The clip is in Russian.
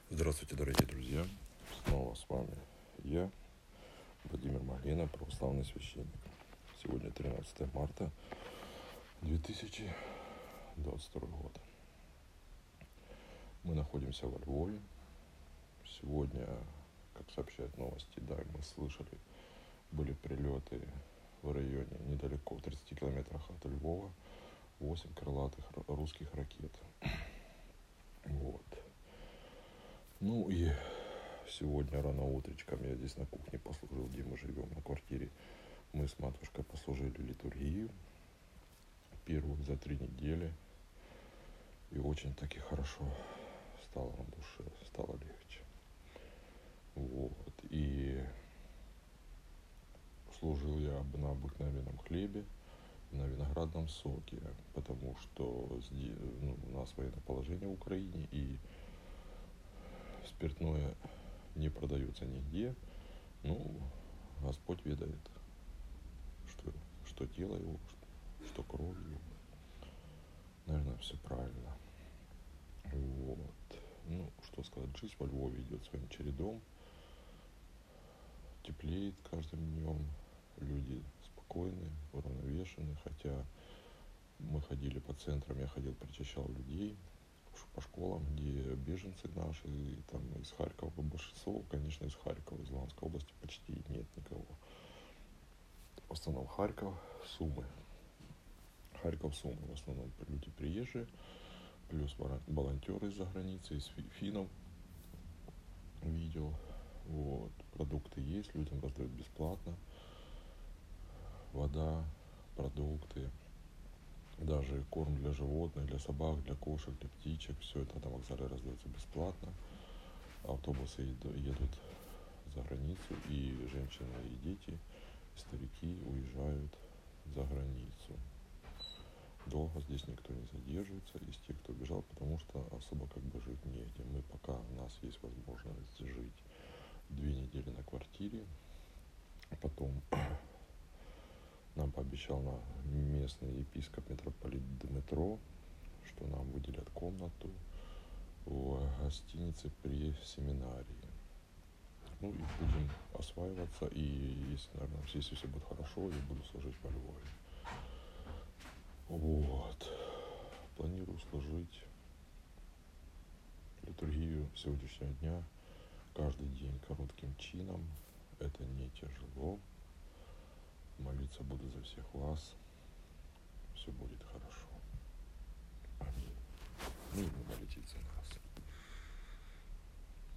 Здравствуйте, дорогие друзья! Снова с вами я, Владимир Малина, православный священник. Сегодня 13 марта 2022 года. Мы находимся во Львове. Сегодня, как сообщают новости, мы слышали, были прилеты в районе недалеко, в 30 километрах от Львова, 8 крылатых русских ракет. И сегодня рано утречком я здесь на кухне послужил, где мы живем, на квартире. Мы с матушкой послужили литургию первую за 3 недели. И очень таки хорошо стало на душе, стало легче. И служил я на обыкновенном хлебе, на виноградном соке, потому что у нас военное положение в Украине, и спиртное не продается нигде. Господь ведает, что тело его, что кровь его. Наверное, все правильно. Что сказать, жизнь во Львове идет своим чередом. Теплеет каждым днем. Люди спокойны, уравновешены. Хотя мы ходили по центрам, я ходил, причащал людей по школам, где беженцы наши, и там из Харькова, большинство, конечно, из Харькова, из Луганской области почти нет никого. В основном Харьков, Сумы. Сумы в основном люди приезжие, плюс волонтеры из-за границы, из финнов видел. Продукты есть, людям раздают бесплатно. Вода, продукты, даже корм для животных, для собак, для кошек, для птичек. Все это на вокзале раздается бесплатно. Автобусы едут за границу, и женщины, и дети, и старики уезжают за границу. Долго здесь никто не задерживается из тех, кто бежал, потому что особо жить негде. Пока у нас есть возможность жить 2 недели на квартире. Потом нам пообещал местный епископ, митрополит Дмитро, что нам выделят комнату в гостинице при семинарии. И будем осваиваться, и если все будет хорошо, я буду служить во Львове. Планирую служить литургию сегодняшнего дня каждый день коротким чином. Это не тяжело. Молиться буду за всех вас. Все будет хорошо. Аминь. И молитесь за нас.